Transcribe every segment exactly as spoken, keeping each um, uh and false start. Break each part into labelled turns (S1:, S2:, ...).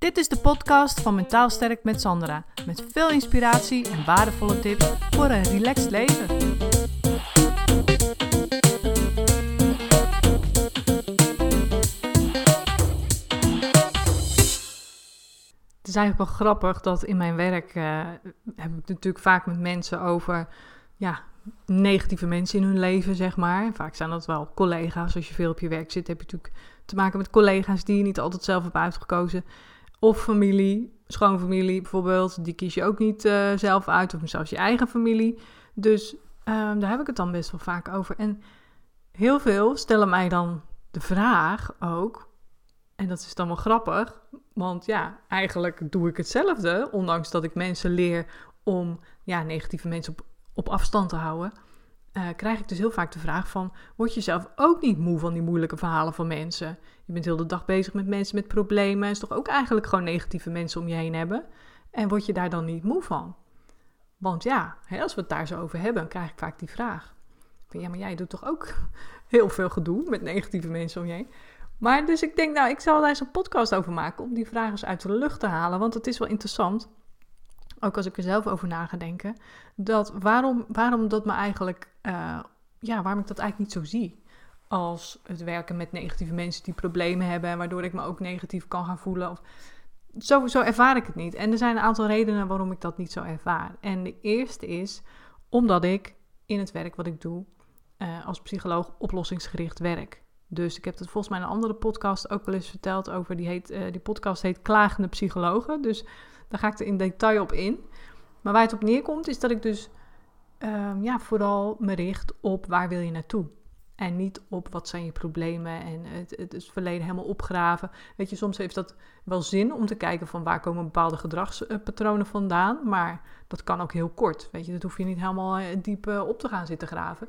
S1: Dit is de podcast van Mentaal Sterk met Sandra. Met veel inspiratie en waardevolle tips voor een relaxed leven. Het is eigenlijk wel grappig dat in mijn werk uh, heb ik natuurlijk vaak met mensen over ja, negatieve mensen in hun leven, zeg maar. Vaak zijn dat wel collega's. Als je veel op je werk zit, heb je natuurlijk te maken met collega's die je niet altijd zelf hebt uitgekozen. Of familie, schoonfamilie bijvoorbeeld, die kies je ook niet uh, zelf uit. Of zelfs je eigen familie. Dus uh, daar heb ik het dan best wel vaak over. En heel veel stellen mij dan de vraag ook. En dat is dan wel grappig. Want ja, eigenlijk doe ik hetzelfde. Ondanks dat ik mensen leer om ja, negatieve mensen op, op afstand te houden. Uh, krijg ik dus heel vaak de vraag van, word je zelf ook niet moe van die moeilijke verhalen van mensen? Je bent heel de dag bezig met mensen met problemen. Is toch ook eigenlijk gewoon negatieve mensen om je heen hebben? En word je daar dan niet moe van? Want ja, hè, als we het daar zo over hebben, dan krijg ik vaak die vraag. Van, ja, maar jij doet toch ook heel veel gedoe met negatieve mensen om je heen? Maar dus ik denk, nou, ik zal daar eens een podcast over maken om die vraag eens uit de lucht te halen. Want het is wel interessant, ook als ik er zelf over na ga denken, dat waarom, waarom dat me eigenlijk, uh, ja, waarom ik dat eigenlijk niet zo zie als het werken met negatieve mensen die problemen hebben en waardoor ik me ook negatief kan gaan voelen. Of, zo, zo ervaar ik het niet. En er zijn een aantal redenen waarom ik dat niet zo ervaar. En de eerste is omdat ik in het werk wat ik doe uh, als psycholoog oplossingsgericht werk. Dus ik heb het volgens mij in een andere podcast ook wel eens verteld over, die, heet, uh, die podcast heet Klagende Psychologen. Dus daar ga ik er in detail op in. Maar waar het op neerkomt is dat ik dus uh, ja, vooral me richt op waar wil je naartoe. En niet op wat zijn je problemen en het, het, het verleden helemaal opgraven. Weet je, soms heeft dat wel zin om te kijken van waar komen bepaalde gedragspatronen vandaan. Maar dat kan ook heel kort. Weet je, dat hoef je niet helemaal diep uh, op te gaan zitten graven.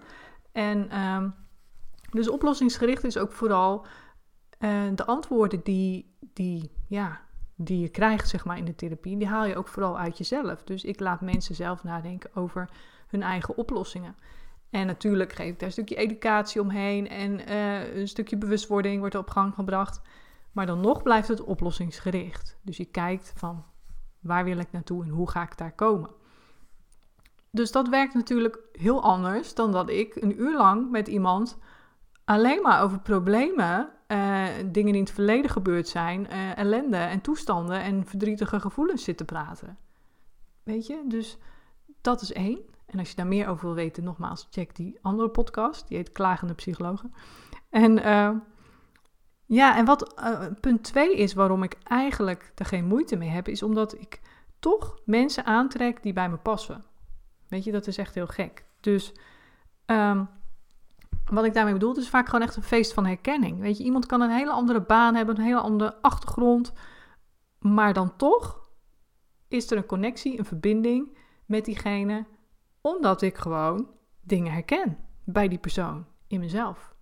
S1: En um, dus oplossingsgericht is ook vooral uh, de antwoorden die, die, ja, die je krijgt, zeg maar, in de therapie, die haal je ook vooral uit jezelf. Dus ik laat mensen zelf nadenken over hun eigen oplossingen. En natuurlijk geef ik daar een stukje educatie omheen en uh, een stukje bewustwording wordt er op gang gebracht. Maar dan nog blijft het oplossingsgericht. Dus je kijkt van waar wil ik naartoe en hoe ga ik daar komen. Dus dat werkt natuurlijk heel anders dan dat ik een uur lang met iemand alleen maar over problemen, uh, dingen die in het verleden gebeurd zijn, uh, ellende en toestanden en verdrietige gevoelens zit te praten. Weet je, dus dat is één. En als je daar meer over wil weten, nogmaals, check die andere podcast. Die heet Klagende Psychologen. En uh, ja, en wat uh, punt twee is waarom ik eigenlijk er geen moeite mee heb, is omdat ik toch mensen aantrek die bij me passen. Weet je, dat is echt heel gek. Dus um, wat ik daarmee bedoel, is vaak gewoon echt een feest van herkenning. Weet je, iemand kan een hele andere baan hebben, een hele andere achtergrond. Maar dan toch is er een connectie, een verbinding met diegene, omdat ik gewoon dingen herken bij die persoon, in mezelf.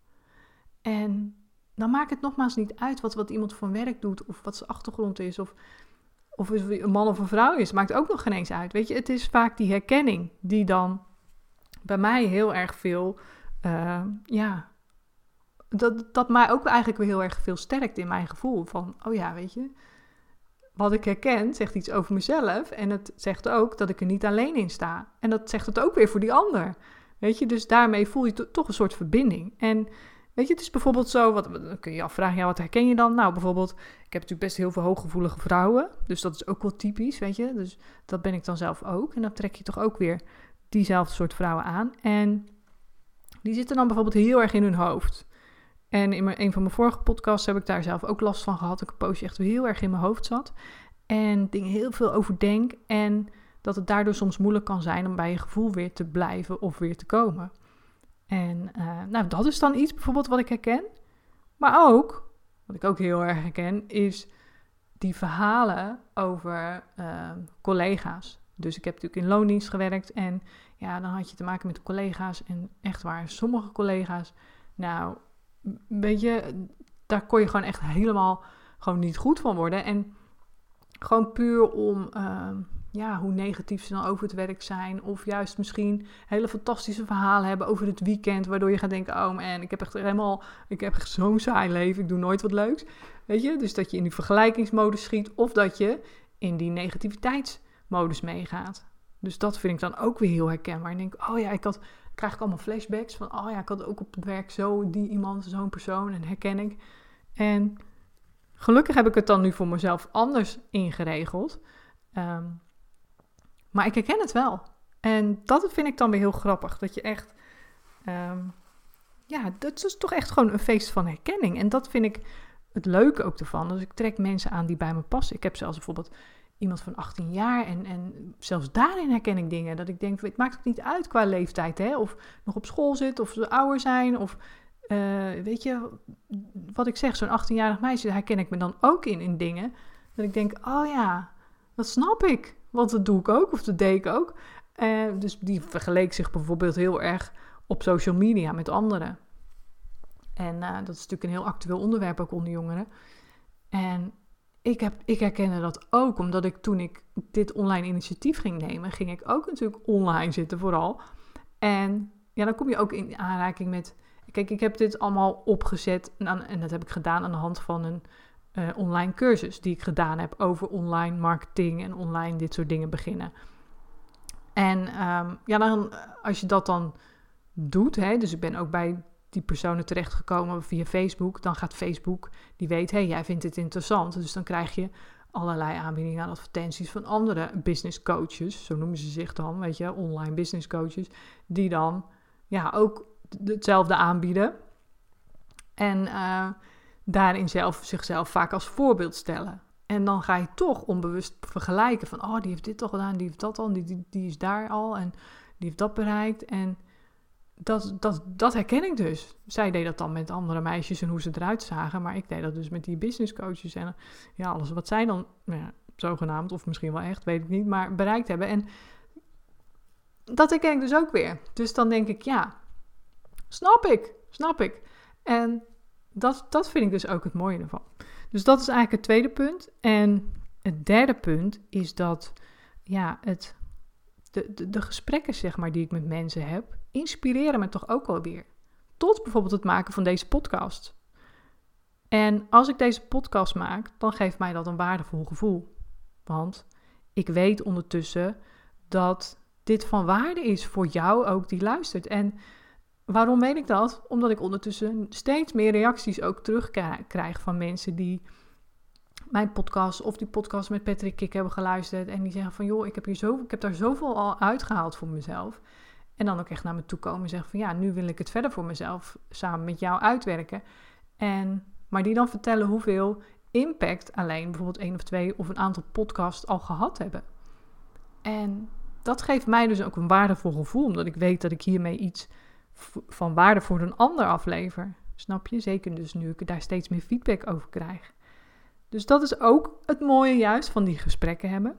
S1: En dan maakt het nogmaals niet uit wat, wat iemand voor werk doet, of wat zijn achtergrond is, of, of het een man of een vrouw is. Maakt ook nog geen eens uit. Weet je, het is vaak die herkenning die dan bij mij heel erg veel, uh, ja, dat, dat mij ook eigenlijk weer heel erg veel sterkt in mijn gevoel. Van, oh ja, weet je, wat ik herken zegt iets over mezelf en het zegt ook dat ik er niet alleen in sta. En dat zegt het ook weer voor die ander. Weet je, dus daarmee voel je to- toch een soort verbinding. En weet je, het is bijvoorbeeld zo, wat, dan kun je je afvragen, ja, wat herken je dan? Nou, bijvoorbeeld, ik heb natuurlijk best heel veel hooggevoelige vrouwen, dus dat is ook wel typisch, weet je. Dus dat ben ik dan zelf ook. En dan trek je toch ook weer diezelfde soort vrouwen aan. En die zitten dan bijvoorbeeld heel erg in hun hoofd. En in mijn, een van mijn vorige podcasts heb ik daar zelf ook last van gehad. Dat ik een poosje echt heel erg in mijn hoofd zat. En dingen heel veel overdenk. En dat het daardoor soms moeilijk kan zijn om bij je gevoel weer te blijven of weer te komen. En uh, nou, dat is dan iets bijvoorbeeld wat ik herken. Maar ook, wat ik ook heel erg herken, is die verhalen over uh, collega's. Dus ik heb natuurlijk in loondienst gewerkt. En ja, dan had je te maken met collega's. En echt waar, sommige collega's, nou, weet je, daar kon je gewoon echt helemaal gewoon niet goed van worden. En gewoon puur om, uh, ja, hoe negatief ze dan over het werk zijn. Of juist misschien hele fantastische verhalen hebben over het weekend. Waardoor je gaat denken, oh man, ik heb echt helemaal, ik heb echt zo'n saai leven. Ik doe nooit wat leuks. Weet je, dus dat je in die vergelijkingsmodus schiet. Of dat je in die negativiteitsmodus meegaat. Dus dat vind ik dan ook weer heel herkenbaar. Ik denk, oh ja, ik had, krijg ik allemaal flashbacks van, oh ja, ik had ook op het werk zo, die iemand, zo'n persoon. En herken ik. En gelukkig heb ik het dan nu voor mezelf anders ingeregeld. Um, maar ik herken het wel. En dat vind ik dan weer heel grappig. Dat je echt... Um, ja, dat is toch echt gewoon een feest van herkenning. En dat vind ik het leuke ook ervan. Dus ik trek mensen aan die bij me passen. Ik heb zelfs bijvoorbeeld iemand van achttien jaar. En, en zelfs daarin herken ik dingen. Dat ik denk, het maakt ook niet uit qua leeftijd. Hè? Of nog op school zit, of ze ouder zijn. Of uh, weet je, wat ik zeg, zo'n achttienjarig meisje, daar herken ik me dan ook in, in dingen. Dat ik denk, oh ja, dat snap ik. Want dat doe ik ook, of dat deed ik ook. Uh, dus die vergeleek zich bijvoorbeeld heel erg op social media met anderen. En uh, dat is natuurlijk een heel actueel onderwerp ook onder jongeren. En ik, heb, ik herkende dat ook, omdat ik toen ik dit online initiatief ging nemen, ging ik ook natuurlijk online zitten vooral. En ja, dan kom je ook in aanraking met... Kijk, ik heb dit allemaal opgezet en, en dat heb ik gedaan aan de hand van een uh, online cursus die ik gedaan heb over online marketing en online dit soort dingen beginnen. En um, ja, dan, als je dat dan doet, hè, dus ik ben ook bij die personen terechtgekomen via Facebook, dan gaat Facebook, die weet, hé, hey, jij vindt dit interessant. Dus dan krijg je allerlei aanbiedingen aan advertenties van andere business coaches, zo noemen ze zich dan, weet je, online business coaches, die dan ja ook hetzelfde aanbieden. En uh, daarin zelf zichzelf vaak als voorbeeld stellen. En dan ga je toch onbewust vergelijken van, oh, die heeft dit al gedaan, die heeft dat al, die, die, die is daar al en die heeft dat bereikt. En dat, dat, dat herken ik dus. Zij deed dat dan met andere meisjes en hoe ze eruit zagen, maar ik deed dat dus met die business coaches en ja, alles wat zij dan, nou ja, zogenaamd, of misschien wel echt, weet ik niet, maar bereikt hebben. En dat herken ik dus ook weer. Dus dan denk ik, ja, snap ik, snap ik. En dat, dat vind ik dus ook het mooie ervan. Dus dat is eigenlijk het tweede punt. En het derde punt is dat ja, het, de, de, de gesprekken zeg maar, die ik met mensen heb, inspireren me toch ook wel weer. Tot bijvoorbeeld het maken van deze podcast. En als ik deze podcast maak, dan geeft mij dat een waardevol gevoel. Want ik weet ondertussen dat dit van waarde is voor jou ook die luistert. En waarom weet ik dat? Omdat ik ondertussen steeds meer reacties ook terugkrijg van mensen die mijn podcast of die podcast met Patrick Kik hebben geluisterd. En die zeggen van, joh, ik heb, hier zo, ik heb daar zoveel al uitgehaald voor mezelf. En dan ook echt naar me toe komen en zeggen van, ja, nu wil ik het verder voor mezelf samen met jou uitwerken. En, maar die dan vertellen hoeveel impact alleen bijvoorbeeld één of twee of een aantal podcasts al gehad hebben. En dat geeft mij dus ook een waardevol gevoel, omdat ik weet dat ik hiermee iets van waarde voor een ander aflever. Snap je? Zeker dus nu ik daar steeds meer feedback over krijg. Dus dat is ook het mooie juist van die gesprekken hebben.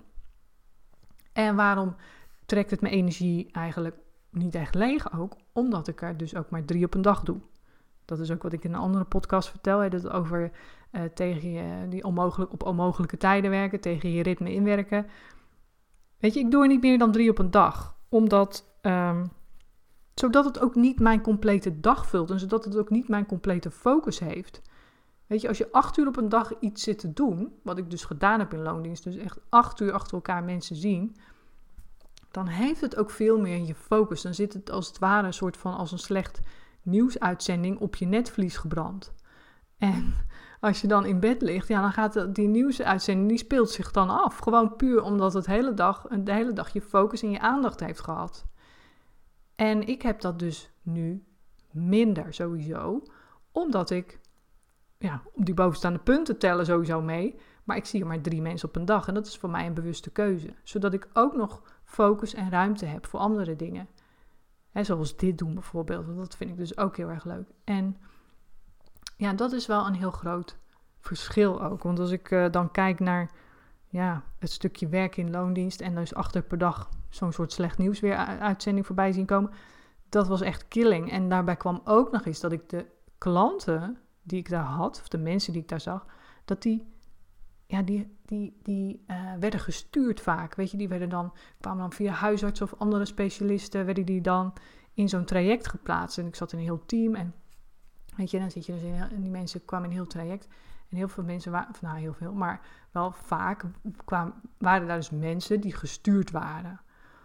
S1: En waarom trekt het mijn energie eigenlijk niet echt leeg ook? Omdat ik er dus ook maar drie op een dag doe. Dat is ook wat ik in een andere podcast vertel. Hè, dat over uh, tegen je, die onmogelijk, op onmogelijke tijden werken, tegen je ritme inwerken. Weet je, ik doe er niet meer dan drie op een dag. Omdat... Um, Zodat het ook niet mijn complete dag vult en zodat het ook niet mijn complete focus heeft. Weet je, als je acht uur op een dag iets zit te doen, wat ik dus gedaan heb in loondienst, dus echt acht uur achter elkaar mensen zien, dan heeft het ook veel meer in je focus. Dan zit het als het ware een soort van als een slecht nieuwsuitzending op je netvlies gebrand. En als je dan in bed ligt, ja, dan gaat die nieuwsuitzending, die speelt zich dan af. Gewoon puur omdat het hele dag, de hele dag je focus en je aandacht heeft gehad. En ik heb dat dus nu minder sowieso, omdat ik, ja, op die bovenstaande punten tellen sowieso mee, maar ik zie er maar drie mensen op een dag en dat is voor mij een bewuste keuze. Zodat ik ook nog focus en ruimte heb voor andere dingen. Hè, zoals dit doen bijvoorbeeld, want dat vind ik dus ook heel erg leuk. En ja, dat is wel een heel groot verschil ook, want als ik uh, dan kijk naar ja, het stukje werk in loondienst en dus achter per dag zo'n soort slecht nieuws weer uitzending voorbij zien komen. Dat was echt killing. En daarbij kwam ook nog eens dat ik de klanten die ik daar had, of de mensen die ik daar zag, dat die ja, die, die, die uh, werden gestuurd vaak. Weet je, die werden dan, kwamen dan via huisartsen of andere specialisten, werden die dan in zo'n traject geplaatst. En ik zat in een heel team en weet je, dan zit je dus in, en die mensen kwamen in een heel traject. En heel veel mensen waren, nou heel veel, maar wel vaak kwamen, waren daar dus mensen die gestuurd waren.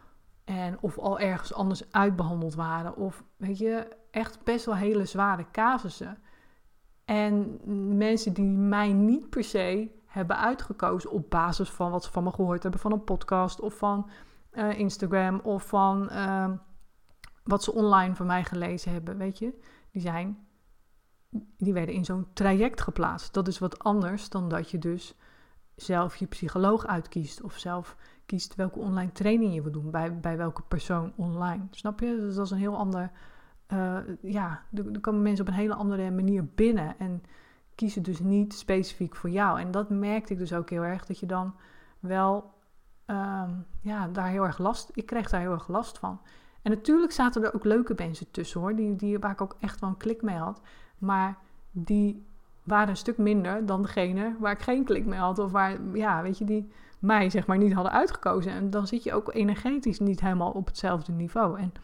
S1: En of al ergens anders uitbehandeld waren. Of weet je, echt best wel hele zware casussen. En mensen die mij niet per se hebben uitgekozen op basis van wat ze van me gehoord hebben van een podcast of van uh, Instagram of van uh, wat ze online van mij gelezen hebben, weet je. Die zijn, die werden in zo'n traject geplaatst. Dat is wat anders dan dat je dus zelf je psycholoog uitkiest of zelf kiest welke online training je wil doen, bij, bij welke persoon online. Snap je? Dus dat is een heel ander, uh, ja, er komen mensen op een hele andere manier binnen en kiezen dus niet specifiek voor jou. En dat merkte ik dus ook heel erg, dat je dan wel, um, ja, daar heel erg last, ik kreeg daar heel erg last van. En natuurlijk zaten er ook leuke mensen tussen hoor, die, die, waar ik ook echt wel een klik mee had, maar die waren een stuk minder dan degene waar ik geen klik mee had, of waar, ja, weet je, die mij zeg maar niet hadden uitgekozen. En dan zit je ook energetisch niet helemaal op hetzelfde niveau. En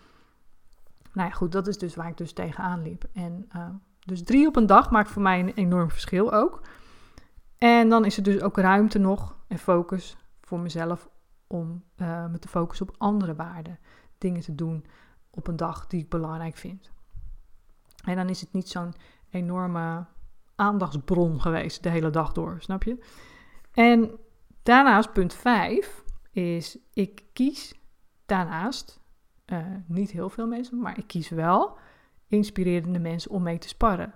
S1: nou ja, goed, dat is dus waar ik dus tegenaan liep. En uh, dus drie op een dag maakt voor mij een enorm verschil ook. En dan is er dus ook ruimte nog en focus voor mezelf om uh, me te focussen op andere waarden. Dingen te doen op een dag die ik belangrijk vind. En dan is het niet zo'n enorme aandachtsbron geweest de hele dag door, snap je? En daarnaast, punt vijf, is ik kies daarnaast, uh, niet heel veel mensen, maar ik kies wel inspirerende mensen om mee te sparren.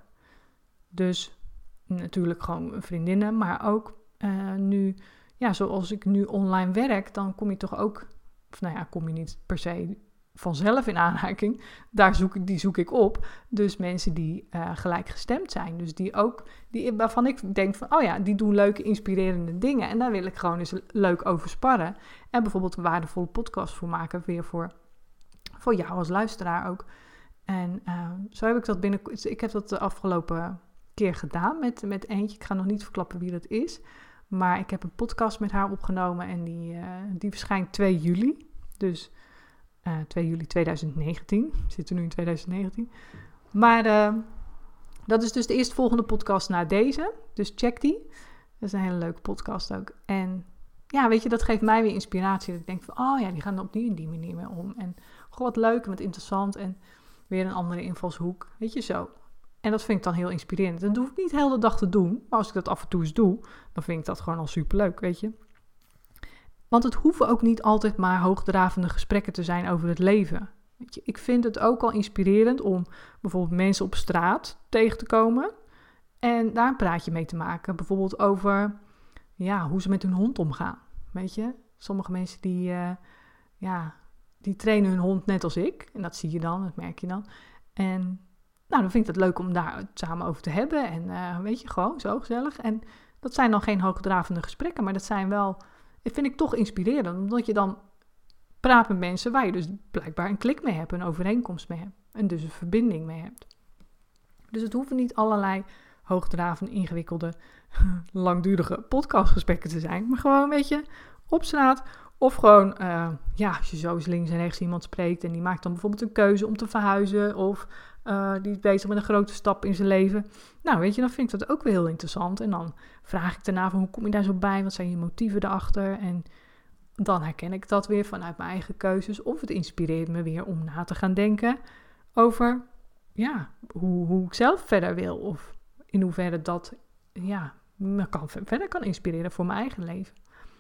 S1: Dus natuurlijk gewoon vriendinnen, maar ook uh, nu, ja, zoals ik nu online werk, dan kom je toch ook, of nou ja, kom je niet per se vanzelf in aanraking. Daar zoek ik, die zoek ik op. Dus mensen die uh, gelijkgestemd zijn. Dus die ook, die, waarvan ik denk van, oh ja, die doen leuke, inspirerende dingen. En daar wil ik gewoon eens leuk over sparren. En bijvoorbeeld een waardevolle podcast voor maken. Weer voor, voor jou als luisteraar ook. En uh, zo heb ik dat binnen... Ik heb dat de afgelopen keer gedaan met, met eentje. Ik ga nog niet verklappen wie dat is. Maar ik heb een podcast met haar opgenomen. En die, uh, die verschijnt twee juli. Dus... Uh, twee juli tweeduizend negentien. We zitten nu in tweeduizend negentien. Maar uh, dat is dus de eerstvolgende podcast na deze. Dus check die. Dat is een hele leuke podcast ook. En ja, weet je, dat geeft mij weer inspiratie. Dat ik denk van, oh ja, die gaan er op die en die manier mee om. En goh, wat leuk en wat interessant. En weer een andere invalshoek. Weet je, zo. En dat vind ik dan heel inspirerend. En dat hoef ik niet de hele dag te doen. Maar als ik dat af en toe eens doe, dan vind ik dat gewoon al superleuk, weet je. Want het hoeven ook niet altijd maar hoogdravende gesprekken te zijn over het leven. Weet je, ik vind het ook al inspirerend om bijvoorbeeld mensen op straat tegen te komen en daar een praatje mee te maken. Bijvoorbeeld over ja, hoe ze met hun hond omgaan. Weet je, sommige mensen die, uh, ja, die trainen hun hond net als ik. En dat zie je dan, dat merk je dan. En nou, dan vind ik het leuk om daar het samen over te hebben. En uh, weet je, gewoon zo gezellig. En dat zijn dan geen hoogdravende gesprekken, maar dat zijn wel... Dat vind ik toch inspirerend, omdat je dan praat met mensen waar je dus blijkbaar een klik mee hebt, een overeenkomst mee hebt en dus een verbinding mee hebt. Dus het hoeven niet allerlei hoogdravende, ingewikkelde, langdurige podcastgesprekken te zijn, maar gewoon een beetje op straat of gewoon, uh, ja, als je zo eens links en rechts iemand spreekt en die maakt dan bijvoorbeeld een keuze om te verhuizen of uh, die is bezig met een grote stap in zijn leven. Nou, weet je, dan vind ik dat ook weer heel interessant. En dan vraag ik daarna van, hoe kom je daar zo bij? Wat zijn je motieven erachter? En dan herken ik dat weer vanuit mijn eigen keuzes. Of het inspireert me weer om na te gaan denken over, ja, hoe, hoe ik zelf verder wil. Of in hoeverre dat, ja, me kan, verder kan inspireren voor mijn eigen leven.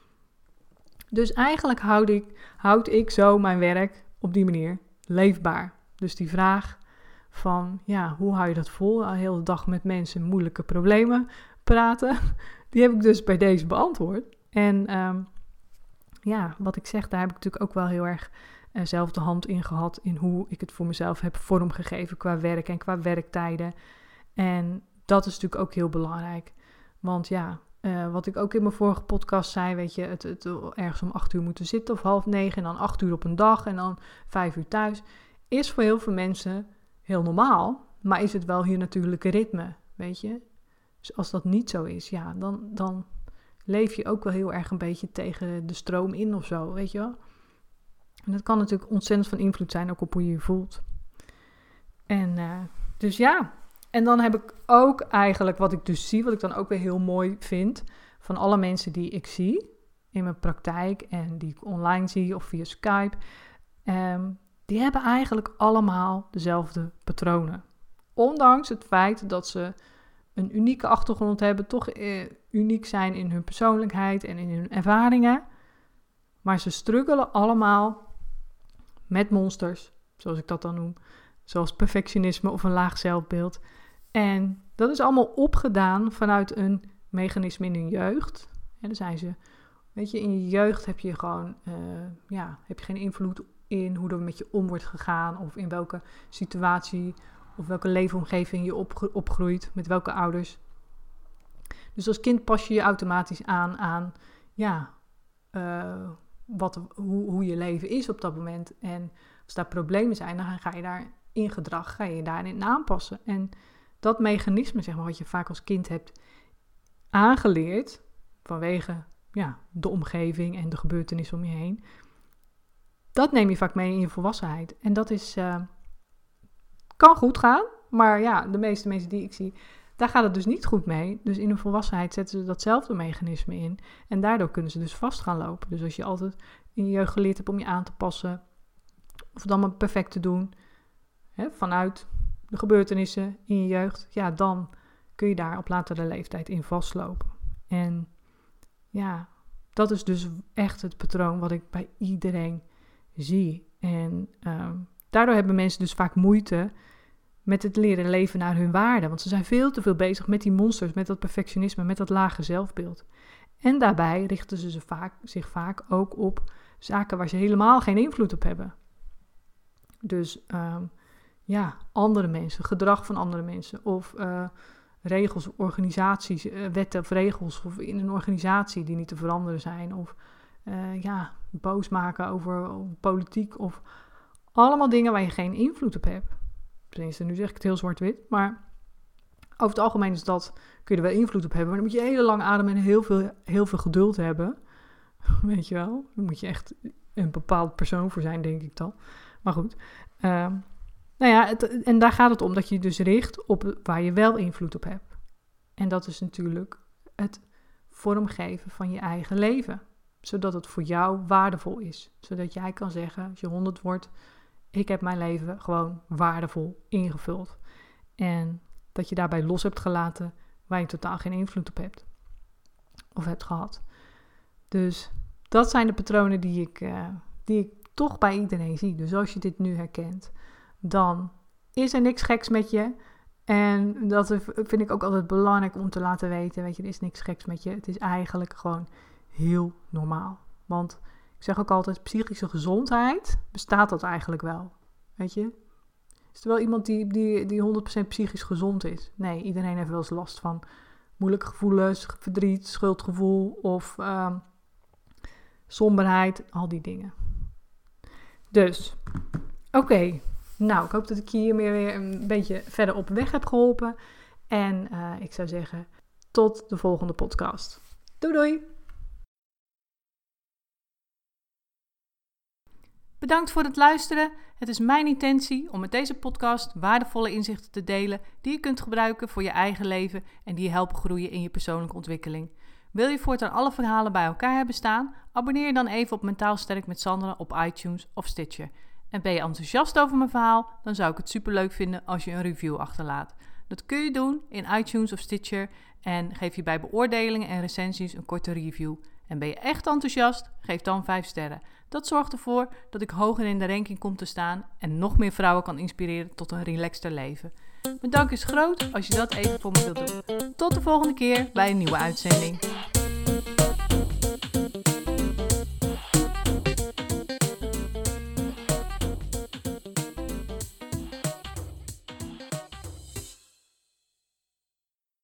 S1: Dus eigenlijk houd ik, houd ik zo mijn werk op die manier leefbaar. Dus die vraag van, ja, hoe hou je dat vol? De hele dag met mensen moeilijke problemen praten. Die heb ik dus bij deze beantwoord. En um, ja, wat ik zeg, daar heb ik natuurlijk ook wel heel erg uh, zelf de hand in gehad in hoe ik het voor mezelf heb vormgegeven qua werk en qua werktijden. En dat is natuurlijk ook heel belangrijk. Want ja, uh, wat ik ook in mijn vorige podcast zei, weet je, het, het ergens om acht uur moeten zitten of half negen en dan acht uur op een dag en dan vijf uur thuis, is voor heel veel mensen heel normaal, maar is het wel hier natuurlijke ritme, weet je. Dus als dat niet zo is, ja, dan, dan leef je ook wel heel erg een beetje tegen de stroom in of zo, weet je wel. En dat kan natuurlijk ontzettend van invloed zijn, ook op hoe je je voelt. En uh, dus ja, en dan heb ik ook eigenlijk wat ik dus zie, wat ik dan ook weer heel mooi vind, van alle mensen die ik zie in mijn praktijk en die ik online zie of via Skype, um, die hebben eigenlijk allemaal dezelfde patronen. Ondanks het feit dat ze een unieke achtergrond hebben, toch eh, uniek zijn in hun persoonlijkheid en in hun ervaringen. Maar ze struggelen allemaal met monsters, zoals ik dat dan noem. Zoals perfectionisme of een laag zelfbeeld. En dat is allemaal opgedaan vanuit een mechanisme in hun jeugd. En dan zijn ze, weet je, in je jeugd heb je gewoon, uh, ja, heb je geen invloed in hoe er met je om wordt gegaan. Of in welke situatie of welke leefomgeving je opgro- opgroeit, met welke ouders. Dus als kind pas je je automatisch aan aan, ja, uh, wat, hoe, hoe je leven is op dat moment. En als daar problemen zijn, dan ga je daar in gedrag, ga je je daarin aanpassen. En dat mechanisme, zeg maar, wat je vaak als kind hebt aangeleerd, vanwege ja, de omgeving en de gebeurtenissen om je heen, dat neem je vaak mee in je volwassenheid. En dat is, uh, kan goed gaan, maar ja, de meeste mensen die ik zie, daar gaat het dus niet goed mee. Dus in hun volwassenheid zetten ze datzelfde mechanisme in. En daardoor kunnen ze dus vast gaan lopen. Dus als je altijd in je jeugd geleerd hebt om je aan te passen, of het allemaal perfect te doen, hè, vanuit de gebeurtenissen in je jeugd, ja, dan kun je daar op latere leeftijd in vastlopen. En ja, dat is dus echt het patroon wat ik bij iedereen zie. En um, daardoor hebben mensen dus vaak moeite met het leren leven naar hun waarde. Want ze zijn veel te veel bezig met die monsters, met dat perfectionisme, met dat lage zelfbeeld. En daarbij richten ze, ze vaak, zich vaak ook op zaken waar ze helemaal geen invloed op hebben. Dus um, ja, andere mensen, gedrag van andere mensen of uh, regels, organisaties, uh, wetten of regels of in een organisatie die niet te veranderen zijn. Of uh, ja, boos maken over, over politiek of allemaal dingen waar je geen invloed op hebt. Tenminste, nu zeg ik het heel zwart-wit, maar over het algemeen is dat, kun je er wel invloed op hebben, maar dan moet je hele lang ademen en heel veel, heel veel geduld hebben. Weet je wel? Dan moet je echt een bepaald persoon voor zijn, denk ik dan. Maar goed. Uh, nou ja, het, en daar gaat het om dat je dus richt op waar je wel invloed op hebt. En dat is natuurlijk het vormgeven van je eigen leven. Zodat het voor jou waardevol is. Zodat jij kan zeggen, als je honderd wordt, ik heb mijn leven gewoon waardevol ingevuld. En dat je daarbij los hebt gelaten waar je totaal geen invloed op hebt. Of hebt gehad. Dus dat zijn de patronen die ik, uh, die ik toch bij iedereen zie. Dus als je dit nu herkent, dan is er niks geks met je. En dat vind ik ook altijd belangrijk om te laten weten. Weet je, er is niks geks met je. Het is eigenlijk gewoon heel normaal. Want ik zeg ook altijd, psychische gezondheid, bestaat dat eigenlijk wel? Weet je? Is er wel iemand die, die, die honderd procent psychisch gezond is? Nee, iedereen heeft wel eens last van moeilijke gevoelens, verdriet, schuldgevoel of uh, somberheid, al die dingen. Dus, oké. Okay. Nou, ik hoop dat ik je hiermee weer een beetje verder op weg heb geholpen. En uh, ik zou zeggen, tot de volgende podcast. Doei doei! Bedankt voor het luisteren. Het is mijn intentie om met deze podcast waardevolle inzichten te delen die je kunt gebruiken voor je eigen leven en die je helpen groeien in je persoonlijke ontwikkeling. Wil je voortaan alle verhalen bij elkaar hebben staan? Abonneer je dan even op Mentaal Sterk met Sandra op iTunes of Stitcher. En ben je enthousiast over mijn verhaal? Dan zou ik het superleuk vinden als je een review achterlaat. Dat kun je doen in iTunes of Stitcher en geef je bij beoordelingen en recensies een korte review. En ben je echt enthousiast? Geef dan vijf sterren. Dat zorgt ervoor dat ik hoger in de ranking kom te staan en nog meer vrouwen kan inspireren tot een relaxter leven. Mijn dank is groot als je dat even voor me wilt doen. Tot de volgende keer bij een nieuwe uitzending.